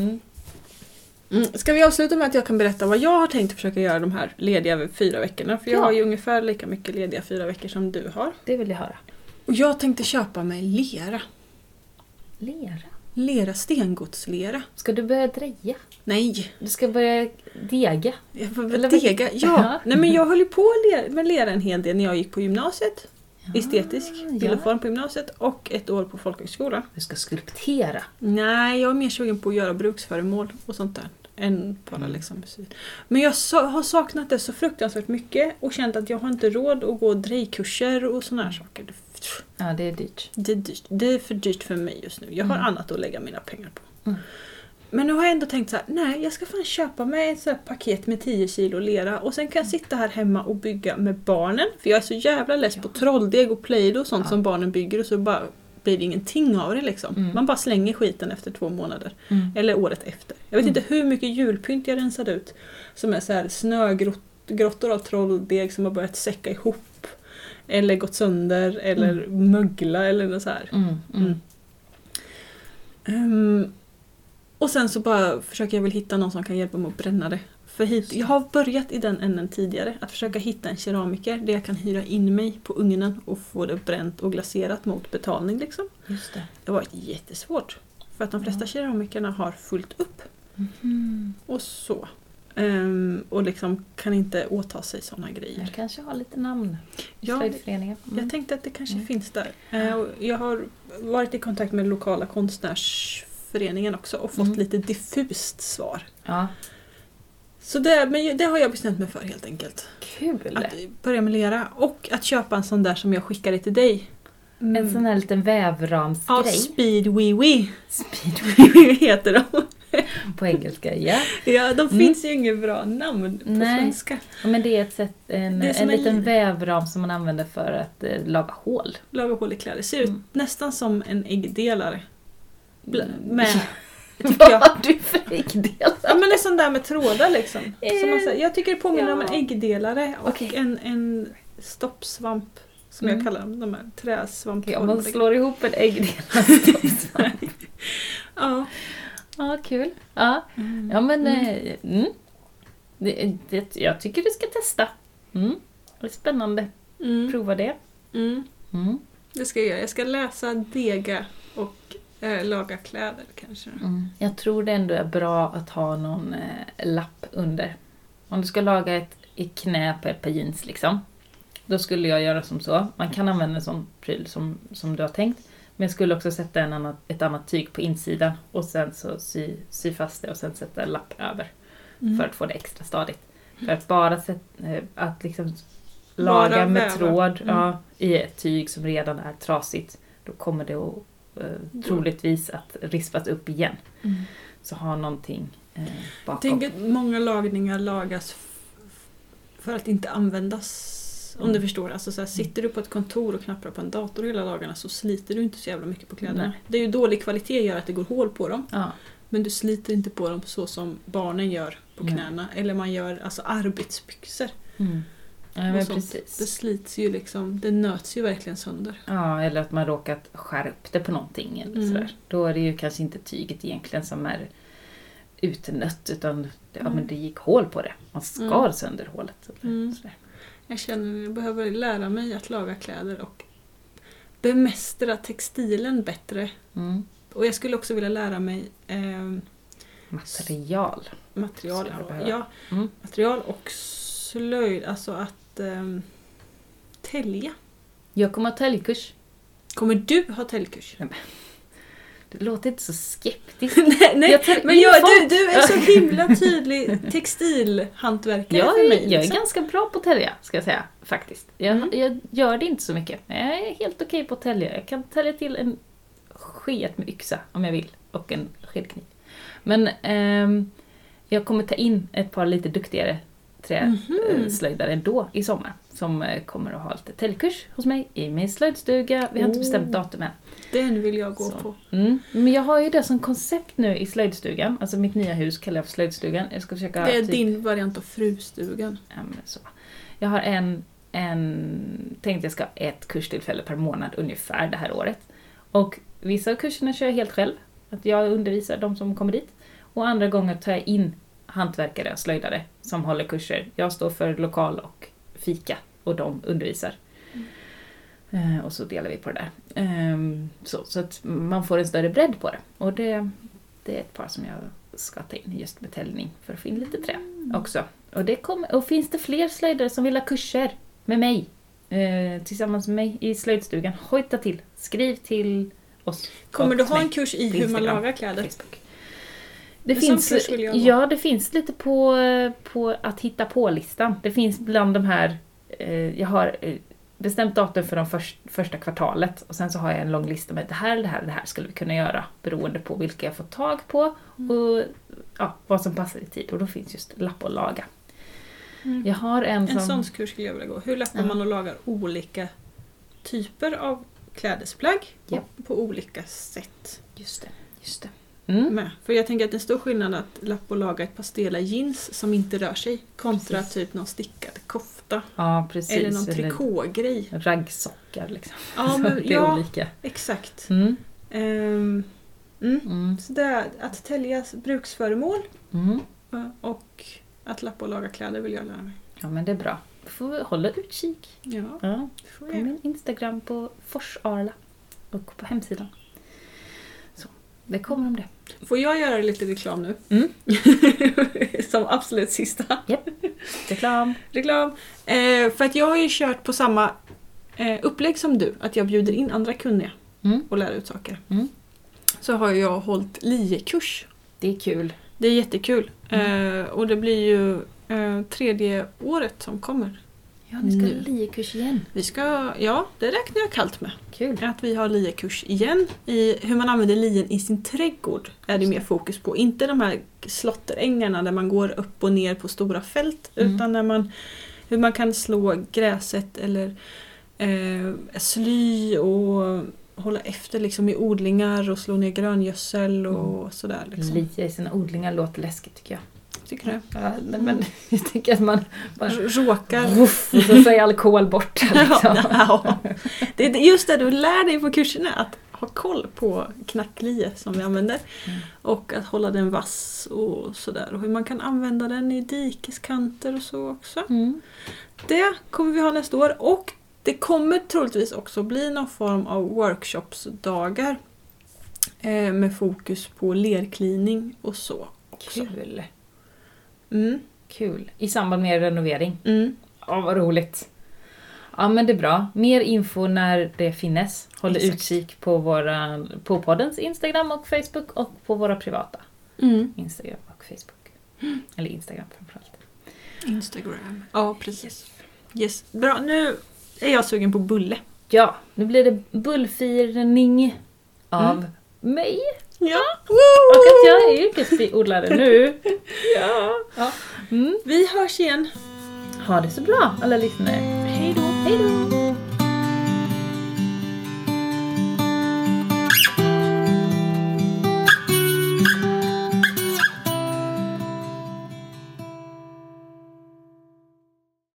Ska vi avsluta med att jag kan berätta vad jag har tänkt försöka göra de här lediga 4 veckorna? För jag har ju ungefär lika mycket lediga 4 veckor som du har. Det vill jag höra. Och jag tänkte köpa mig lera. Lera? Lera, stengodslera. Ska du börja dreja? Nej. Du ska börja dega? Jag får väl dega? Ja. Nej, men jag höll ju på med lera en hel del när jag gick på gymnasiet. Estetisk form på gymnasiet och 1 år på folkhögskola. Du ska skulptera? Nej, jag är mer sugen på att göra bruksföremål och sånt där. Än bara liksom musik. Men jag har saknat det så fruktansvärt mycket och känt att jag har inte råd att gå drejkurser och såna här saker. Ja, det är dyrt. Det är dyrt. Det är för dyrt för mig just nu. Jag har annat att lägga mina pengar på. Men nu har jag ändå tänkt så här: nej, jag ska fan köpa mig ett så här paket med 10 kilo lera och sen kan jag sitta här hemma och bygga med barnen. För jag är så jävla less på trolldeg och Play-Doh och sånt som barnen bygger, och så bara blir det ingenting av det liksom. Man bara slänger skiten efter 2 månader. Eller året efter. Jag vet inte hur mycket julpynt jag rensade ut som är så här snögrottor av trolldeg som har börjat säcka ihop. Eller gått sönder, eller mögla eller något så här. Och sen så bara försöker jag väl hitta någon som kan hjälpa mig att bränna det. För jag har börjat i den änden tidigare. Att försöka hitta en keramiker där jag kan hyra in mig på ugnen och få det bränt och glaserat mot betalning liksom. Just det. Det var jättesvårt. För att de flesta keramikerna har fullt upp. Och så. Och liksom kan inte åta sig sådana grejer. Jag kanske har lite namn. Slöjdföreningen. Jag tänkte att det kanske finns där. Jag har varit i kontakt med lokala konstnärsföreningen också och fått lite diffust svar. Ja. Så men det har jag bestämt mig för helt enkelt. Kul! Att börja med lera och att köpa en sån där som jag skickade till dig. En sån här liten vävramsgrej. Ja, Speedwee. Speedwee heter de. På engelska, ja. Ja, de finns ju inget bra namn på svenska. Ja, men det är ett sätt, en liten vävram som man använder för att laga hål. Laga hål i kläder. Ser ut nästan som en äggdelare. Med... Vad har du för äggdelare? Ja, men det är sån där med trådar liksom. Som man säger. Jag tycker det påminner om en äggdelare och en stoppsvamp som jag kallar dem. De här träsvampar. Ja, man slår ihop en äggdelare stoppsvamp. Ja. Ja, kul. Ja, ja men jag tycker du ska testa. Det är spännande. Prova det. Det ska jag göra. Jag ska läsa dega och laga kläder kanske. Jag tror det ändå är bra att ha någon lapp under. Om du ska laga ett knä på ett par jeans liksom. Då skulle jag göra som så. Man kan använda en sån pryl som du har tänkt. Men jag skulle också sätta ett annat tyg på insidan. Och sen så sy fast det och sen sätta en lapp över. För att få det extra stadigt. För att bara att liksom laga med tråd i ett tyg som redan är trasigt. Då kommer det att troligtvis att rispas upp igen. Så ha någonting bakom. Jag tänker att många lagningar lagas för att inte användas. Om du förstår. Alltså så här, sitter du på ett kontor och knappar på en dator hela dagarna så sliter du inte så jävla mycket på kläderna. Nej. Det är ju dålig kvalitet gör att det går hål på dem. Ja. Men du sliter inte på dem så som barnen gör på knäna. Eller man gör alltså arbetsbyxor. Ja, men precis. Det slits ju liksom, det nöts ju verkligen sönder. Ja, eller att man råkat skära upp det på någonting eller sådär. Då är det ju kanske inte tyget egentligen som är utnött utan men det gick hål på det. Man skar sönder hålet. Sådär. Jag känner att jag behöver lära mig att laga kläder och bemästra textilen bättre. Och jag skulle också vilja lära mig material. Material och slöjd. Alltså att tälja. Jag kommer ha täljkurs. Kommer du ha täljkurs? Det låter inte så skeptiskt. nej men du är så himla tydlig textilhantverkare för mig. Jag är ganska bra på att tälja, ska jag säga, faktiskt. Jag gör det inte så mycket. Men jag är helt okej på att tälja. Jag kan tälja till en sket med yxa om jag vill. Och en skedkniv. Men jag kommer ta in ett par lite duktigare träslöjdare ändå i sommar. Som kommer att ha lite täljkurs hos mig i min slöjdstuga. Vi har inte bestämt datum än. Den vill jag gå på. Men jag har ju det som koncept nu i slöjdstugan. Alltså mitt nya hus kallar jag för slöjdstugan. Jag ska försöka det är din variant av frustugan. Ja, men så. Jag har tänkte jag ska ha ett kurstillfälle per månad ungefär det här året. Och vissa av kurserna kör jag helt själv. Att jag undervisar de som kommer dit. Och andra gånger tar jag in hantverkare och slöjdare som håller kurser. Jag står för lokal och fika och de undervisar. Och så delar vi på det där. Så att man får en större bredd på det. Och det är ett par som jag ska ta in just med täljning för att få in lite trä också. Och finns det fler slöjdare som vill ha kurser med mig tillsammans med mig i slöjdstugan, hojta till. Skriv till oss. Kommer du ha en kurs i hur man lagar kläder? Facebook. Det finns lite på att hitta på listan. Det finns bland de här jag har bestämt datum för de första kvartalet. Och sen så har jag en lång lista med det här skulle vi kunna göra. Beroende på vilka jag får tag på. Och vad som passar i tid. Och då finns just lappa och laga. Jag har en sån kurs skulle jag vilja gå. Hur lappar man och lagar olika typer av klädesplagg på olika sätt. Just det. Med. För jag tänker att det är en stor skillnad att lappa och laga ett par stela jeans som inte rör sig kontra typ någon stickad kofta. Ja, precis. Eller någon trikågrej. Raggsockar liksom. Ja, men, det är olika. Exakt. Så det är att tälja bruksföremål och att lappa och laga kläder vill jag lära mig. Ja, men det är bra. Du får hålla utkik. Ja. På min Instagram på Forsarla och på hemsidan. Så, det kommer om det. Får jag göra lite reklam nu? Som absolut sista. Japp, reklam. För att jag har ju kört på samma upplägg som du. Att jag bjuder in andra kunniga och lär ut saker. Så har jag hållit liekurs. Det är kul. Det är jättekul. Och det blir ju 3:e året som kommer. Ja, ni ska ha liekurs igen. Det räknar jag kallt med. Kul. Att vi har liekurs igen. I hur man använder lien i sin trädgård är det mer fokus på. Inte de här slotterängarna där man går upp och ner på stora fält. Utan hur man kan slå gräset eller sly och hålla efter liksom i odlingar och slå ner gröngödsel och sådär. Liksom. Lia i sina odlingar låter läskigt tycker jag. Tycker du? Ja, men jag tycker att man bara råkar. Och så säger alkohol bort. Liksom. Det är just det du lär dig på kurserna. Att ha koll på knacklie som vi använder. Och att hålla den vass och sådär. Och hur man kan använda den i dikeskanter och så också. Det kommer vi ha nästa år. Och det kommer troligtvis också bli någon form av workshopsdagar. Med fokus på lerklining och så också. Kul. Kul. I samband med renovering. Ja, vad roligt. Ja, men det är bra. Mer info när det finnes. Håll utkik på poddens Instagram och Facebook och på våra privata Instagram och Facebook. Eller Instagram framförallt. Instagram. Ja, precis. Yes. Bra, nu är jag sugen på bulle. Ja, nu blir det bullfirning av mig. Ja. Och att jag är yrkesbiodlare nu. Ja. Vi hörs igen. Ha det så bra alla lyssnare. Hej då. Hej då.